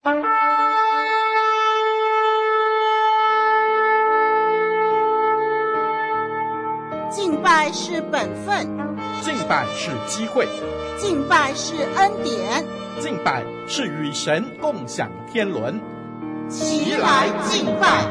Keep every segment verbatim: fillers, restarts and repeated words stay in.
敬拜是本分， 敬拜是机会， 敬拜是恩典， 敬拜是与神共享天伦。 齐来敬拜。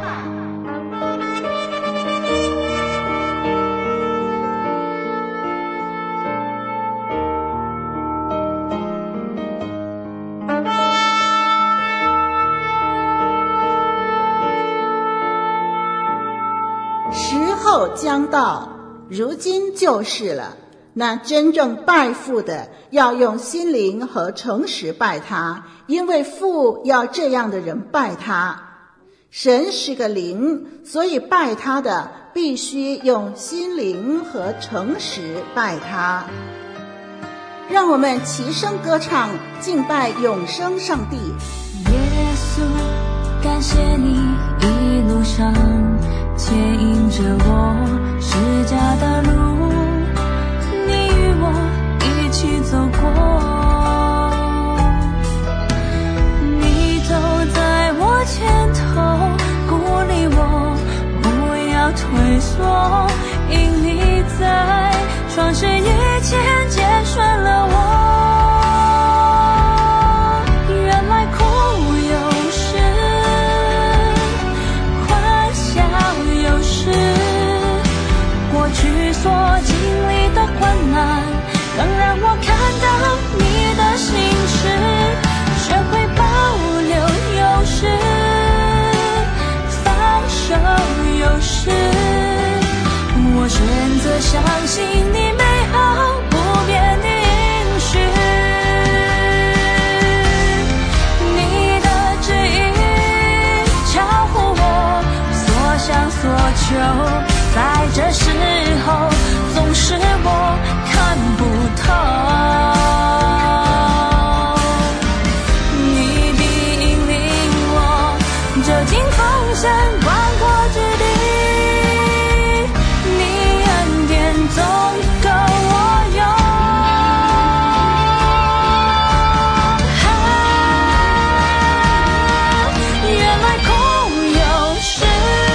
时候将到，如今就是了。那真正拜父的，要用心灵和诚实拜他，因为父要这样的人拜他。神是个灵，所以拜他的必须用心灵和诚实拜他。让我们齐声歌唱，敬拜永生上帝。 耶稣，感谢你一路上牵引着我释迦的路，你与我一起走过，你走在我前头，鼓励我不要退缩，因你在创世以前拣选了我。原来苦有时，欢笑有时，过去所经历的困难更让我看到你的心事，学会保留有时，放手有时，我选择相信你美好不变的应许，你的指引超乎我所想所求，在这时候总是我看不透，你必引领我走进丰盛广阔之地，你恩典总够我用。啊，原来苦有时，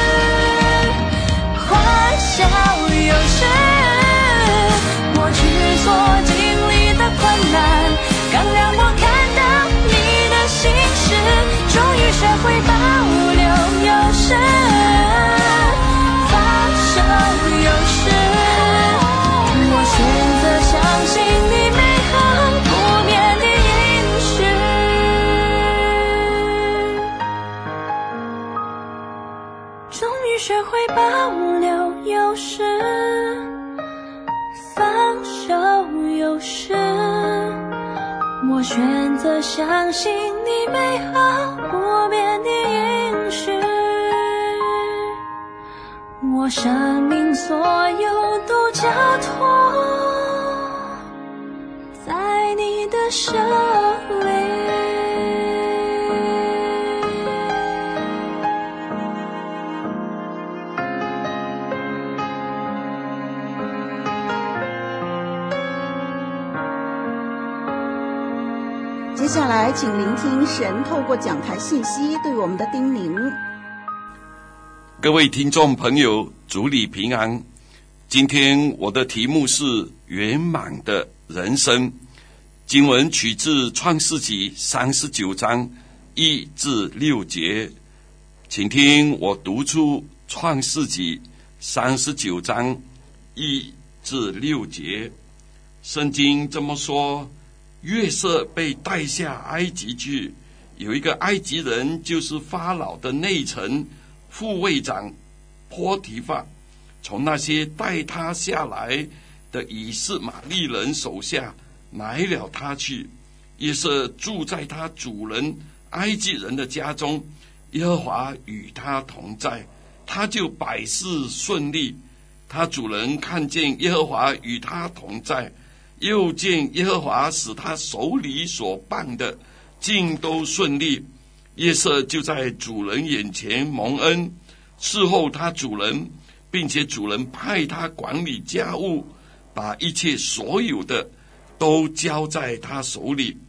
欢笑有时，过去所经历的困难更让我看到你的心事，终于学会保留有时，放手有时，我选择相信你美好不变的应许，终于学会保留有时，放手有时，我选择相信你美好不变的应许，我生命所有都交托在你的手里。 接下来请聆听神透过讲台信息对我们的叮咛。 各位听众朋友，主里平安。今天我的题目是圆满的人生，经文取自创世纪三十九章一至六节，请听我读出创世纪三十九章一至六节。圣经这么说，约瑟被带下埃及去，有一个埃及人，就是法老的内臣副卫长波提法，从那些带他下来的以斯玛利人手下买了他去。约瑟住在他主人埃及人的家中，耶和华与他同在，他就百事顺利。他主人看见耶和华与他同在，又见耶和华使他手里所办的尽都顺利，约瑟就在主人眼前蒙恩，伺候他主人，并且主人派他管理家务，把一切所有的都交在他手里。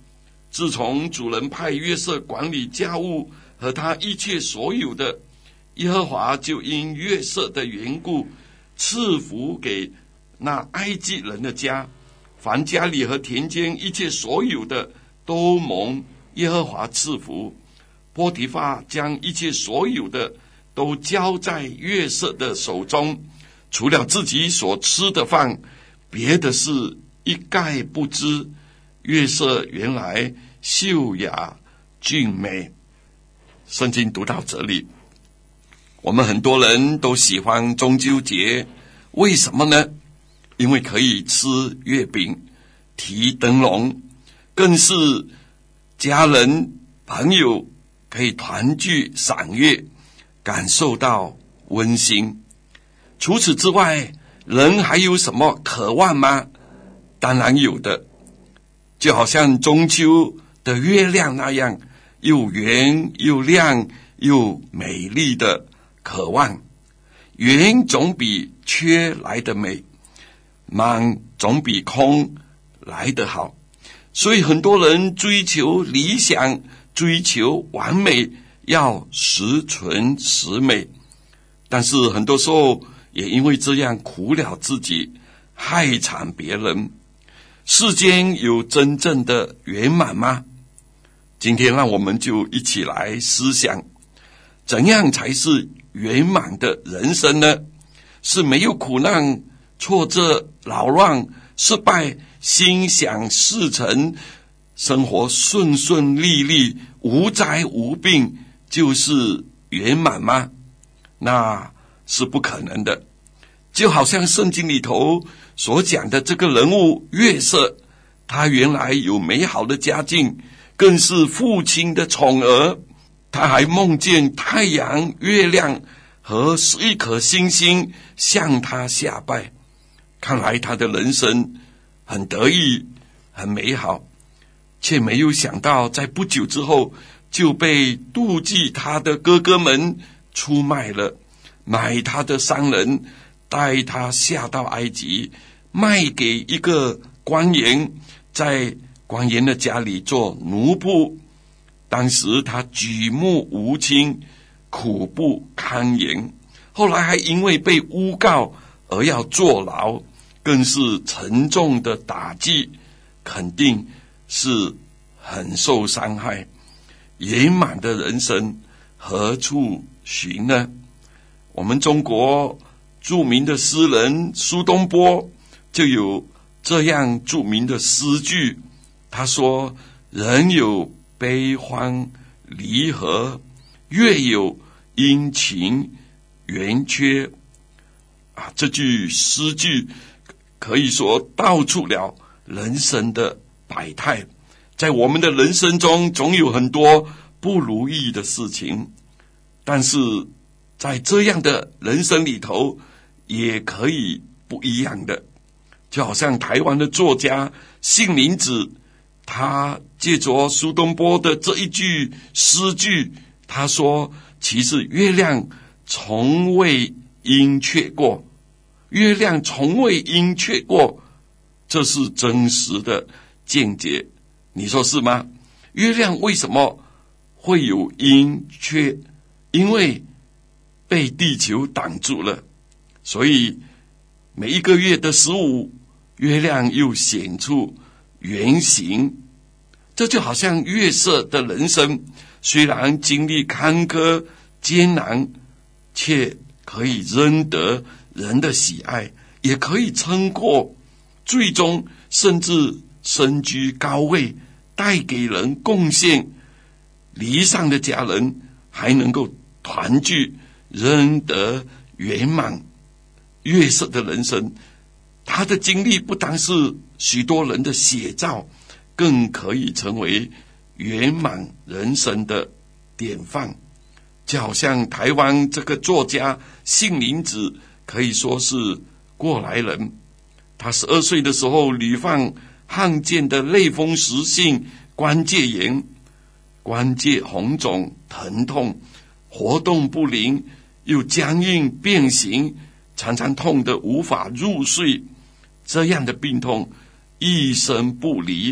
自从主人派约瑟管理家务和他一切所有的，耶和华就因约瑟的缘故赐福给那埃及人的家，凡家里和田间一切所有的都蒙耶和华赐福。波提法将一切所有的都交在约瑟的手中，除了自己所吃的饭，别的事一概不知。约瑟原来秀雅俊美。圣经读到这里，我们很多人都喜欢中秋节，为什么呢？因为可以吃月饼、提灯笼，更是家人朋友可以团聚赏月，感受到温馨。除此之外，人还有什么渴望吗？当然有的，就好像中秋的月亮那样，又圆又亮又美丽的渴望。圆总比缺来得美，满总比空来得好。所以很多人追求理想，追求完美，要十全十美，但是很多时候也因为这样苦了自己，害惨别人。世间有真正的圆满吗？今天让我们就一起来思想，怎样才是圆满的人生呢？是没有苦难、挫折、扰乱、失败，心想事成，生活顺顺利利，无灾无病，就是圆满吗？那是不可能的。就好像圣经里头所讲的这个人物约瑟，他原来有美好的家境，更是父亲的宠儿，他还梦见太阳、月亮和一颗星星向他下拜。看来他的人生很得意，很美好，却没有想到在不久之后就被妒忌他的哥哥们出卖了，买他的商人带他下到埃及，卖给一个官员，在官员的家里做奴仆。当时他举目无亲，苦不堪言，后来还因为被诬告而要坐牢，更是沉重的打击，肯定是很受伤害。圆满的人生何处寻呢？我们中国著名的诗人苏东坡就有这样著名的诗句，他说：人有悲欢离合，月有阴晴圆缺。啊，这句诗句可以说道出了人生的百态。在我们的人生中，总有很多不如意的事情，但是在这样的人生里头，也可以不一样的。就好像台湾的作家杏林子，他借着苏东坡的这一句诗句，他说其实月亮从未阴缺过，月亮从未阴缺过，这是真实的见解。你说是吗？月亮为什么会有阴缺？因为被地球挡住了，所以每一个月的十五，月亮又显出圆形。这就好像约瑟的人生，虽然经历坎坷艰难，却可以仍得人的喜爱，也可以撑过，最终甚至身居高位，带给人贡献，离散的家人还能够团聚，仍得圆满。约瑟的人生，他的经历不单是许多人的写照，更可以成为圆满人生的典范。就好像台湾这个作家杏林子，可以说是过来人。他十二岁的时候罹患罕见的类风湿性关节炎，关节红肿疼痛，活动不灵，又僵硬变形，常常痛得无法入睡。这样的病痛一生不离，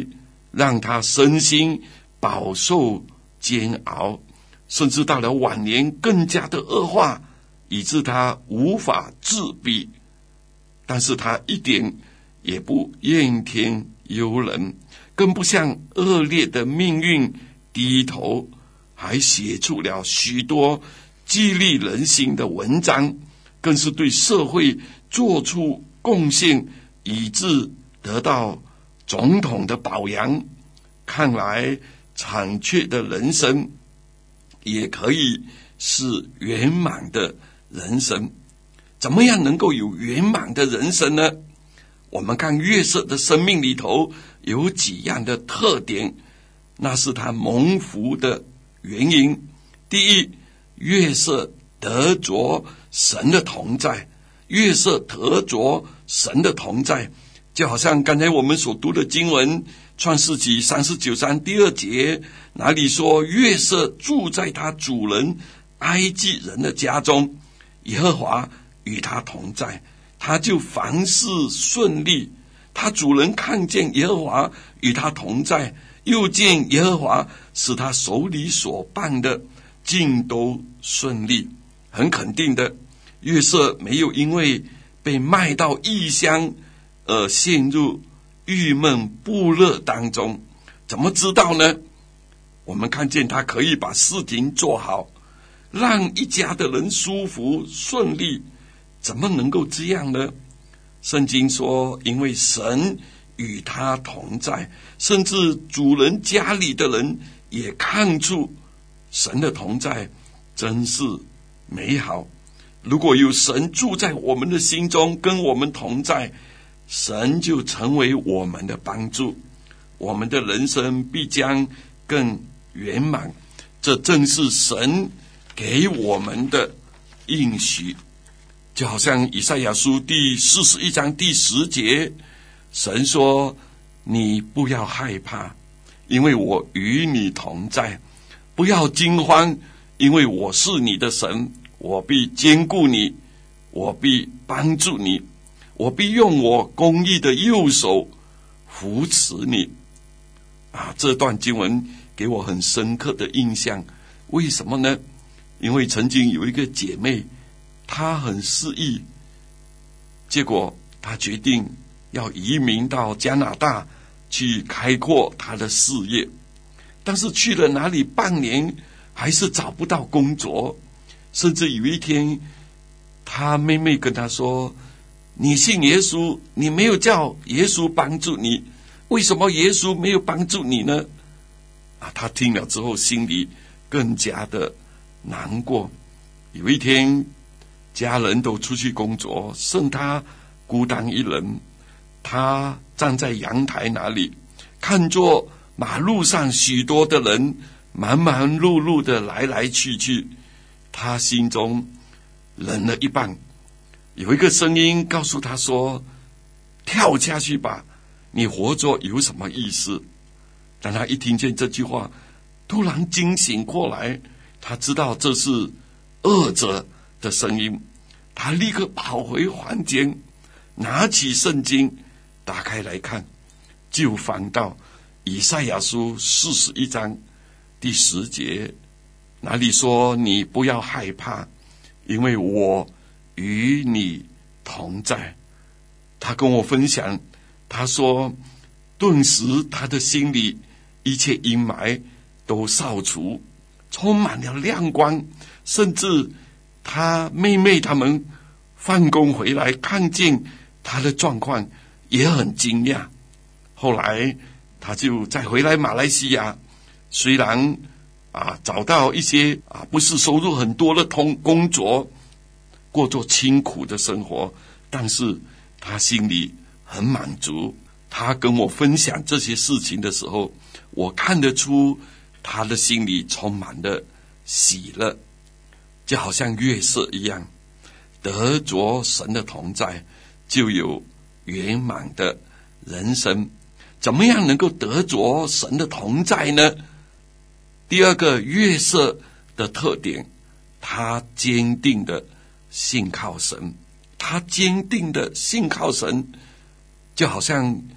让他身心饱受煎熬，甚至到了晚年更加的恶化，以致他无法自拔。但是他一点也不怨天尤人，更不向恶劣的命运低头，还写出了许多激励人心的文章，更是对社会做出贡献，以致得到总统的表扬。看来残缺的人生也可以是圆满的人生。怎么样能够有圆满的人生呢？我们看约瑟的生命里头有几样的特点，那是他蒙福的原因。第一，约瑟得着神的同在，约瑟得着神的同在，就好像刚才我们所读的经文创世纪三十九章第二节，哪里说约瑟住在他主人埃及人的家中，耶和华与他同在，他就凡事顺利。他主人看见耶和华与他同在，又见耶和华使他手里所办的尽都顺利。很肯定的，约瑟没有因为被卖到异乡而陷入郁闷不乐当中。怎么知道呢？我们看见他可以把事情做好，让一家的人舒服顺利。怎么能够这样呢？圣经说，因为神与他同在，甚至主人家里的人也看出神的同在真是美好。如果有神住在我们的心中，跟我们同在，神就成为我们的帮助，我们的人生必将更圆满。这正是神给我们的应许。就好像以赛亚书第四十一章第十节，神说，你不要害怕，因为我与你同在，不要惊慌，因为我是你的神，我必坚固你，我必帮助你，我必用我公义的右手扶持你。啊，这段经文给我很深刻的印象。为什么呢？因为曾经有一个姐妹，她很失意，结果她决定要移民到加拿大去开阔她的事业，但是去了哪里半年还是找不到工作。甚至有一天她妹妹跟她说，你信耶稣，你没有叫耶稣帮助你，为什么耶稣没有帮助你呢？啊，她听了之后心里更加的难过。有一天家人都出去工作，剩他孤单一人。他站在阳台那里，看着马路上许多的人忙忙碌碌的来来去去，他心中冷了一半。有一个声音告诉他说，跳下去吧，你活着有什么意思？当他一听见这句话，突然惊醒过来，他知道这是恶者的声音。他立刻跑回房间，拿起圣经打开来看，就翻到以赛亚书四十一章第十节，那里说，你不要害怕，因为我与你同在。他跟我分享，他说顿时他的心里一切阴霾都扫除，充满了亮光。甚至他妹妹他们放工回来，看见他的状况也很惊讶。后来他就再回来马来西亚，虽然啊找到一些啊不是收入很多的通工作，过着清苦的生活，但是他心里很满足。他跟我分享这些事情的时候，我看得出他的心里充满了喜乐，就好像约瑟一样，得着神的同在，就有圆满的人生。怎么样能够得着神的同在呢？第二个，约瑟的特点，他坚定的信靠神。他坚定的信靠神，就好像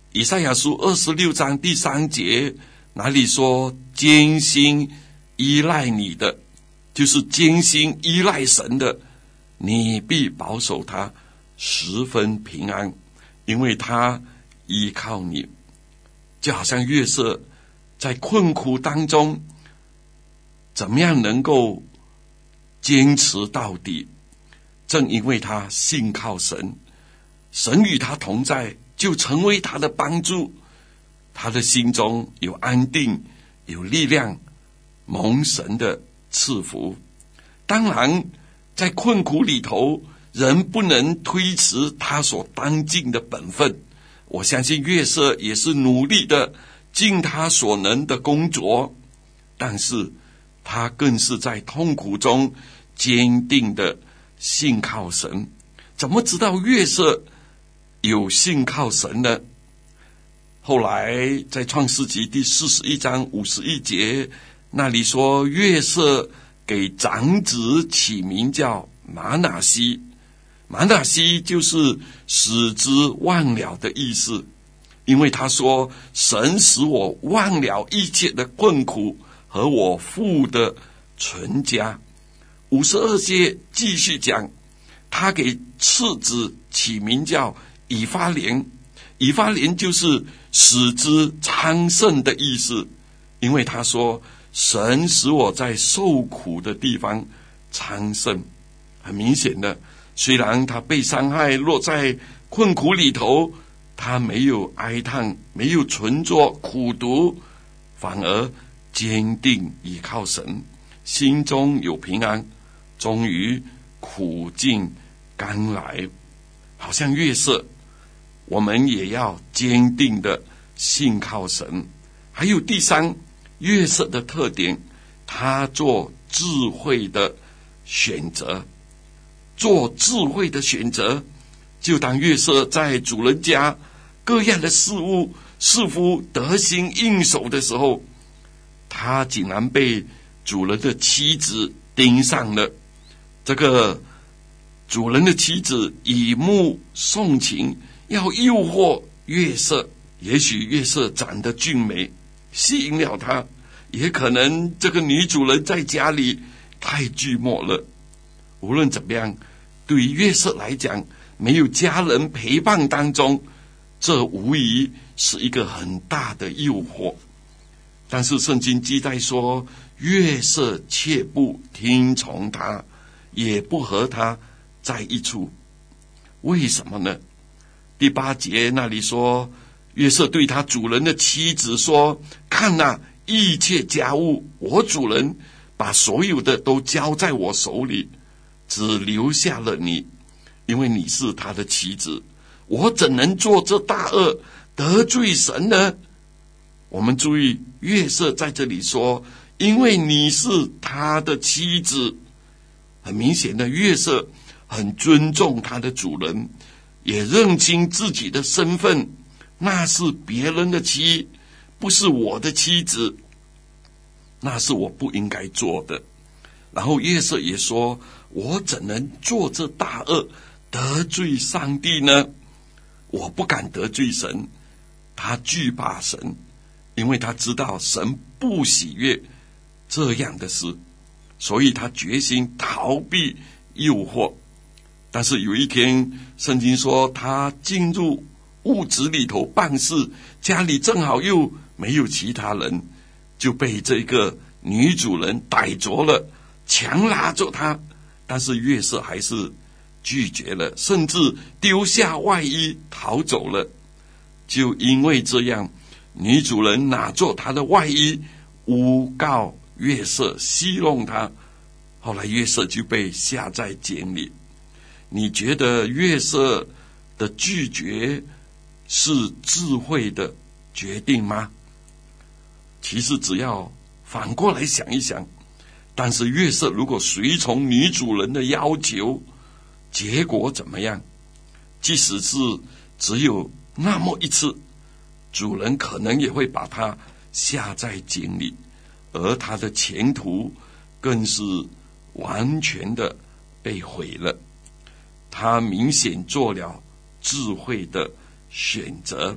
以赛亚书二十六章第三节哪里说，坚心依赖你的，就是坚心依赖神的，你必保守他十分平安，因为他依靠你。就好像约瑟在困苦当中怎么样能够坚持到底，正因为他信靠神，神与他同在，就成为他的帮助，他的心中有安定，有力量，蒙神的赐福。当然在困苦里头，人不能推迟他所当尽的本分，我相信约瑟也是努力的尽他所能的工作，但是他更是在痛苦中坚定的信靠神。怎么知道约瑟有信靠神呢？后来在创世纪第四十一章五十一节那里说，约瑟给长子起名叫玛拿西，玛拿西就是使之忘了的意思，因为他说，神使我忘了一切的困苦和我父的全家。五十二节继续讲，他给次子起名叫以法莲，以法莲就是使之昌盛的意思，因为他说，神使我在受苦的地方昌盛。很明显的，虽然他被伤害，落在困苦里头，他没有哀叹，没有存作苦毒，反而坚定依靠神，心中有平安，终于苦尽甘来。好像约瑟，我们也要坚定的信靠神。还有第三，约瑟的特点，他做智慧的选择。做智慧的选择，就当约瑟在主人家各样的事物似乎得心应手的时候，他竟然被主人的妻子盯上了。这个主人的妻子以目送情，要诱惑约瑟。也许约瑟长得俊美，吸引了他，也可能这个女主人在家里太寂寞了。无论怎么样，对于约瑟来讲，没有家人陪伴当中，这无疑是一个很大的诱惑。但是圣经记载说，约瑟却不听从他，也不和他在一处。为什么呢？第八节那里说，约瑟对他主人的妻子说，看哪，一切家务我主人把所有的都交在我手里，只留下了你，因为你是他的妻子，我怎能做这大恶得罪神呢？我们注意，约瑟在这里说，因为你是他的妻子，很明显的，约瑟很尊重他的主人，也认清自己的身份，那是别人的妻，不是我的妻子，那是我不应该做的。然后约瑟也说，我怎能做这大恶得罪上帝呢？我不敢得罪神，他惧怕神，因为他知道神不喜悦这样的事，所以他决心逃避诱惑。但是有一天，圣经说他进入屋子里头办事，家里正好又没有其他人，就被这个女主人逮着了，强拉着他。但是约瑟还是拒绝了，甚至丢下外衣逃走了。就因为这样，女主人拿着他的外衣诬告约瑟，戏弄他，后来约瑟就被下在监里。你觉得约瑟的拒绝是智慧的决定吗？其实只要反过来想一想，但是约瑟如果随从女主人的要求，结果怎么样？即使是只有那么一次，主人可能也会把他下在井里，而他的前途更是完全的被毁了。他明显做了智慧的选择，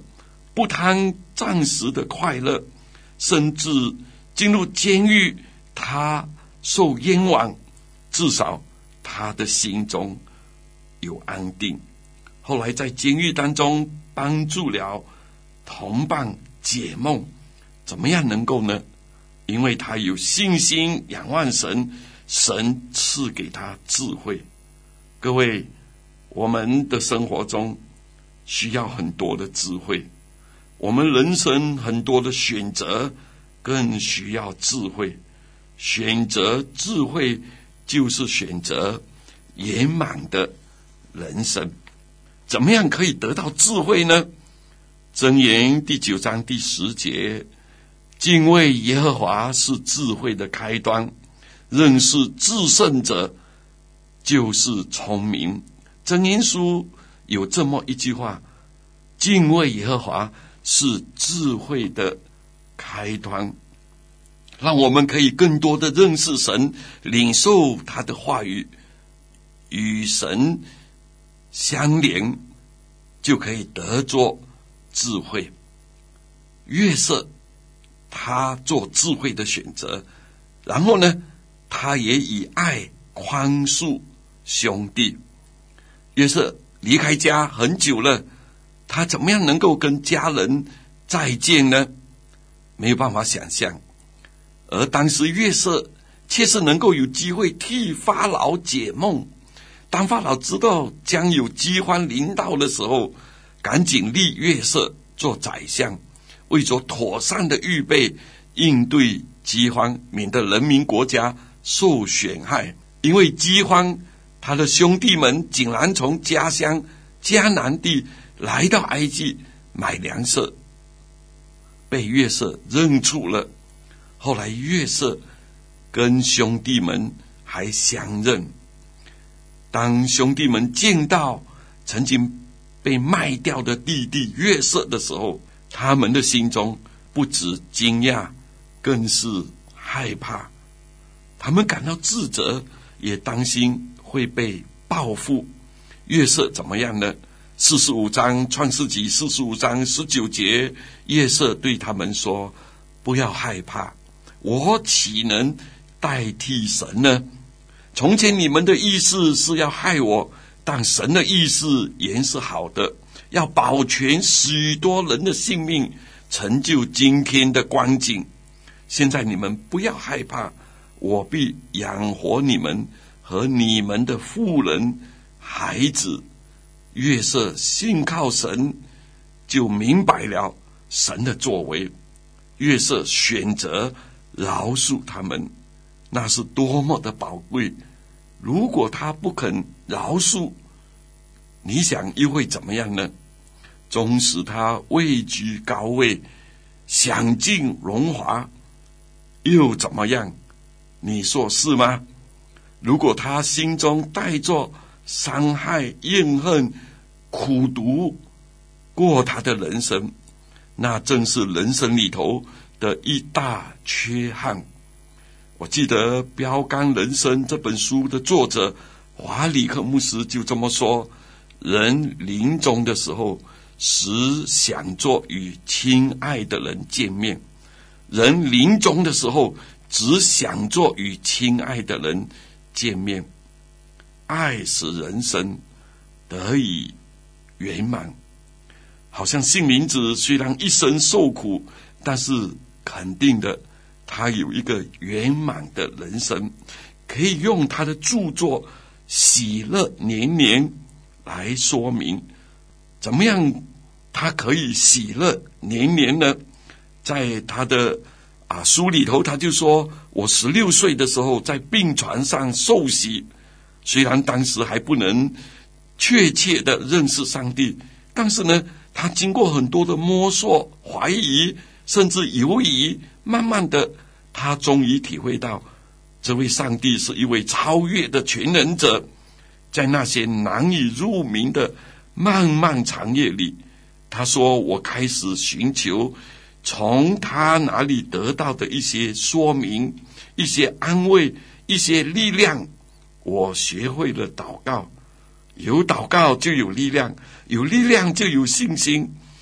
不贪暂时的快乐，甚至进入监狱，他受冤枉，至少他的心中有安定。后来在监狱当中帮助了同伴解梦，怎么样能够呢？因为他有信心仰望神，神赐给他智慧。各位，我们的生活中需要很多的智慧，我们人生很多的选择更需要智慧。选择智慧就是选择圆满的人生。怎么样可以得到智慧呢？箴言第九章第十节，敬畏耶和华是智慧的开端，认识至圣者就是聪明。箴言书有这么一句话，敬畏耶和华是智慧的开端，让我们可以更多的认识神，领受他的话语，与神相连，就可以得着智慧。约瑟他做智慧的选择，然后呢，他也以爱宽恕兄弟。约瑟离开家很久了，他怎么样能够跟家人再见呢？没有办法想象。而当时约瑟却是能够有机会替法老解梦。当法老知道将有饥荒临到的时候，赶紧立约瑟做宰相，为着妥善的预备应对饥荒，免得人民国家受损害。因为饥荒，他的兄弟们竟然从家乡迦南地来到埃及买粮食，被约瑟认出了。后来约瑟跟兄弟们还相认。当兄弟们见到曾经被卖掉的弟弟约瑟的时候，他们的心中不止惊讶，更是害怕。他们感到自责，也担心会被报复。约瑟怎么样呢？四十五章创世纪四十五章十九节，约瑟对他们说，不要害怕，我岂能代替神呢？从前你们的意思是要害我，但神的意思原是好的，要保全许多人的性命，成就今天的光景。现在你们不要害怕，我必养活你们和你们的妇人孩子。约瑟信靠神，就明白了神的作为。约瑟选择饶恕他们，那是多么的宝贵。如果他不肯饶恕，你想又会怎么样呢？纵使他位居高位，享尽荣华，又怎么样？你说是吗？如果他心中带着伤害、怨恨、苦毒过他的人生，那正是人生里头的一大缺憾。我记得《标杆人生》这本书的作者华里克牧师就这么说，人临终的时候时想着与亲爱的人见面，人临终的时候只想着与亲爱的人见面。爱使人生得以圆满。好像杏林子虽然一生受苦，但是肯定的，他有一个圆满的人生，可以用他的著作《喜乐年年》来说明。怎么样他可以喜乐年年呢？在他的啊书里头，他就说，我十六岁的时候在病床上受洗，虽然当时还不能确切的认识上帝，但是呢，他经过很多的摸索、怀疑，甚至犹疑，慢慢的他终于体会到这位上帝是一位超越的全能者。在那些难以入眠的漫漫长夜里，他说，我开始寻求从他那里得到的一些说明，一些安慰，一些力量。我学会了祷告，有祷告就有力量，有力量就有信心，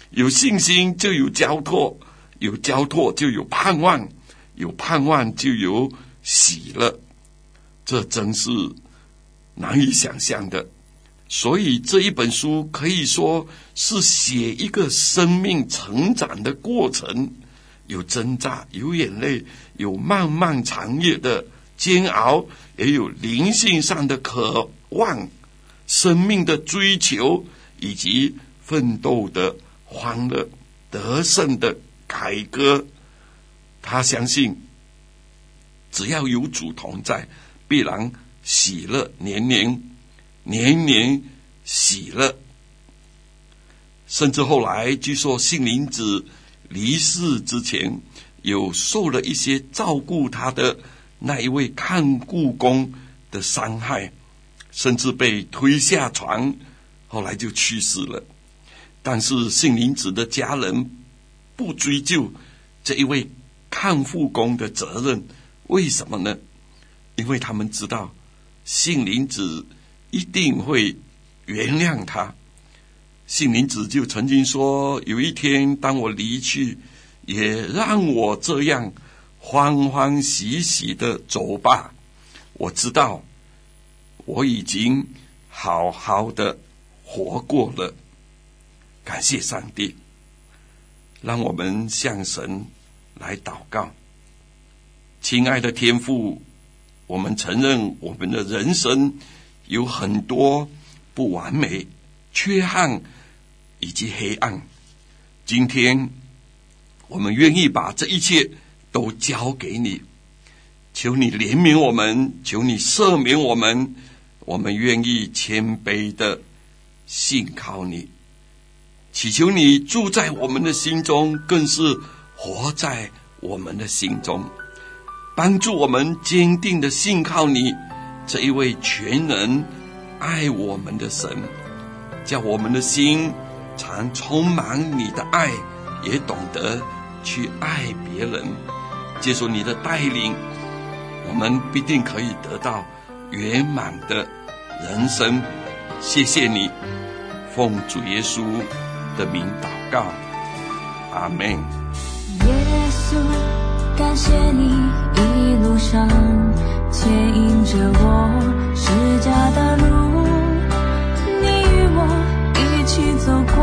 有信心就有交托，有交托就有盼望，有盼望就有喜乐。这真是难以想象的。所以这一本书可以说是写一个生命成长的过程，有挣扎，有眼泪，有漫漫长夜的煎熬，也有灵性上的渴望，生命的追求，以及奋斗的欢乐，得胜的凯歌。他相信只要有主同在，必然喜乐年年，年年喜乐。甚至后来据说杏林子离世之前，有受了一些照顾他的那一位看顾工的伤害，甚至被推下床，后来就去世了。但是杏林子的家人不追究这一位看护工的责任，为什么呢？因为他们知道杏林子一定会原谅他。杏林子就曾经说，有一天当我离去，也让我这样欢欢喜喜的走吧，我知道我已经好好的活过了。感谢上帝，让我们向神来祷告。亲爱的天父，我们承认我们的人生有很多不完美、缺憾以及黑暗。今天我们愿意把这一切都交给你，求你怜悯我们，求你赦免我们，我们愿意谦卑的信靠你，祈求你住在我们的心中，更是活在我们的心中，帮助我们坚定的信靠你这一位全能爱我们的神，叫我们的心常充满你的爱，也懂得去爱别人。接受你的带领，我们必定可以得到圆满的人生。谢谢你，奉主耶稣的名祷告，阿们。 耶稣，感谢你一路上牵引着我释迦的路，你与我一起走过，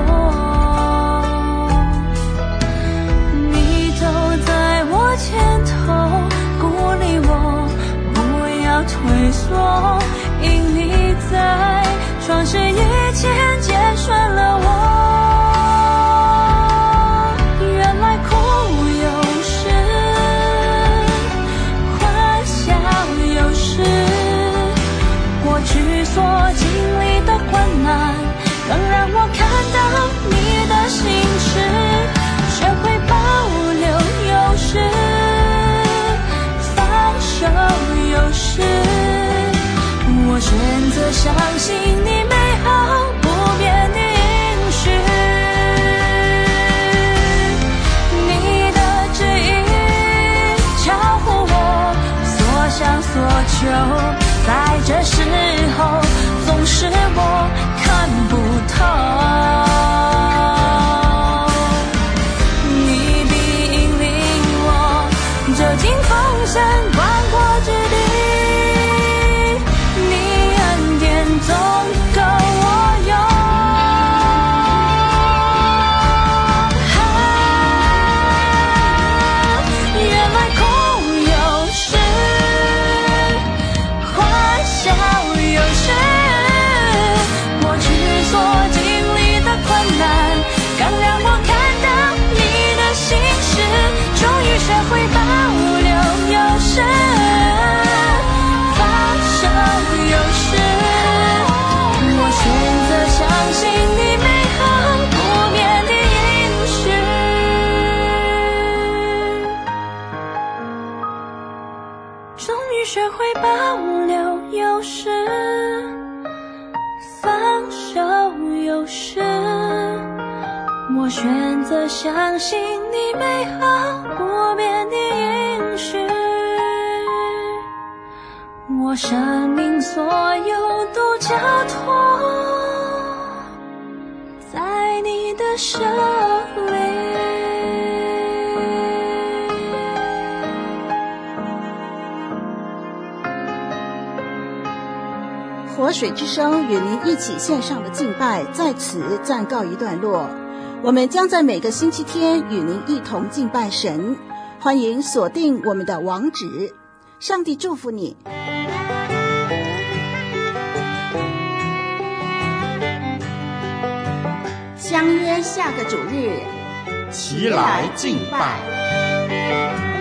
你走在我前头，鼓励我不要退缩，因你在创世以前拣选了我。所经历的困难，更让我看到你的心事，学会保留优势，放手有时。我选择相信你美好不变的应许，你的旨意超乎我所想所求，在这时候总是我看不透，你必引领我走进丰盛广阔之地，你恩典总够我用，啊，原来空有时，欢笑有时，过去所经历的困难，更让我看到你的心事，终于学会保留优势，放手有时。我选择相信你美好不变的应许，终于学会保留优势，放手有时。我选择相信你美好不变的应许，我生命所有都交托在你的手活水之声与您一起线上的敬拜在此暂告一段落，我们将在每个星期天与您一同敬拜神，欢迎锁定我们的网址。上帝祝福你。相约下个主日， 齐来敬拜。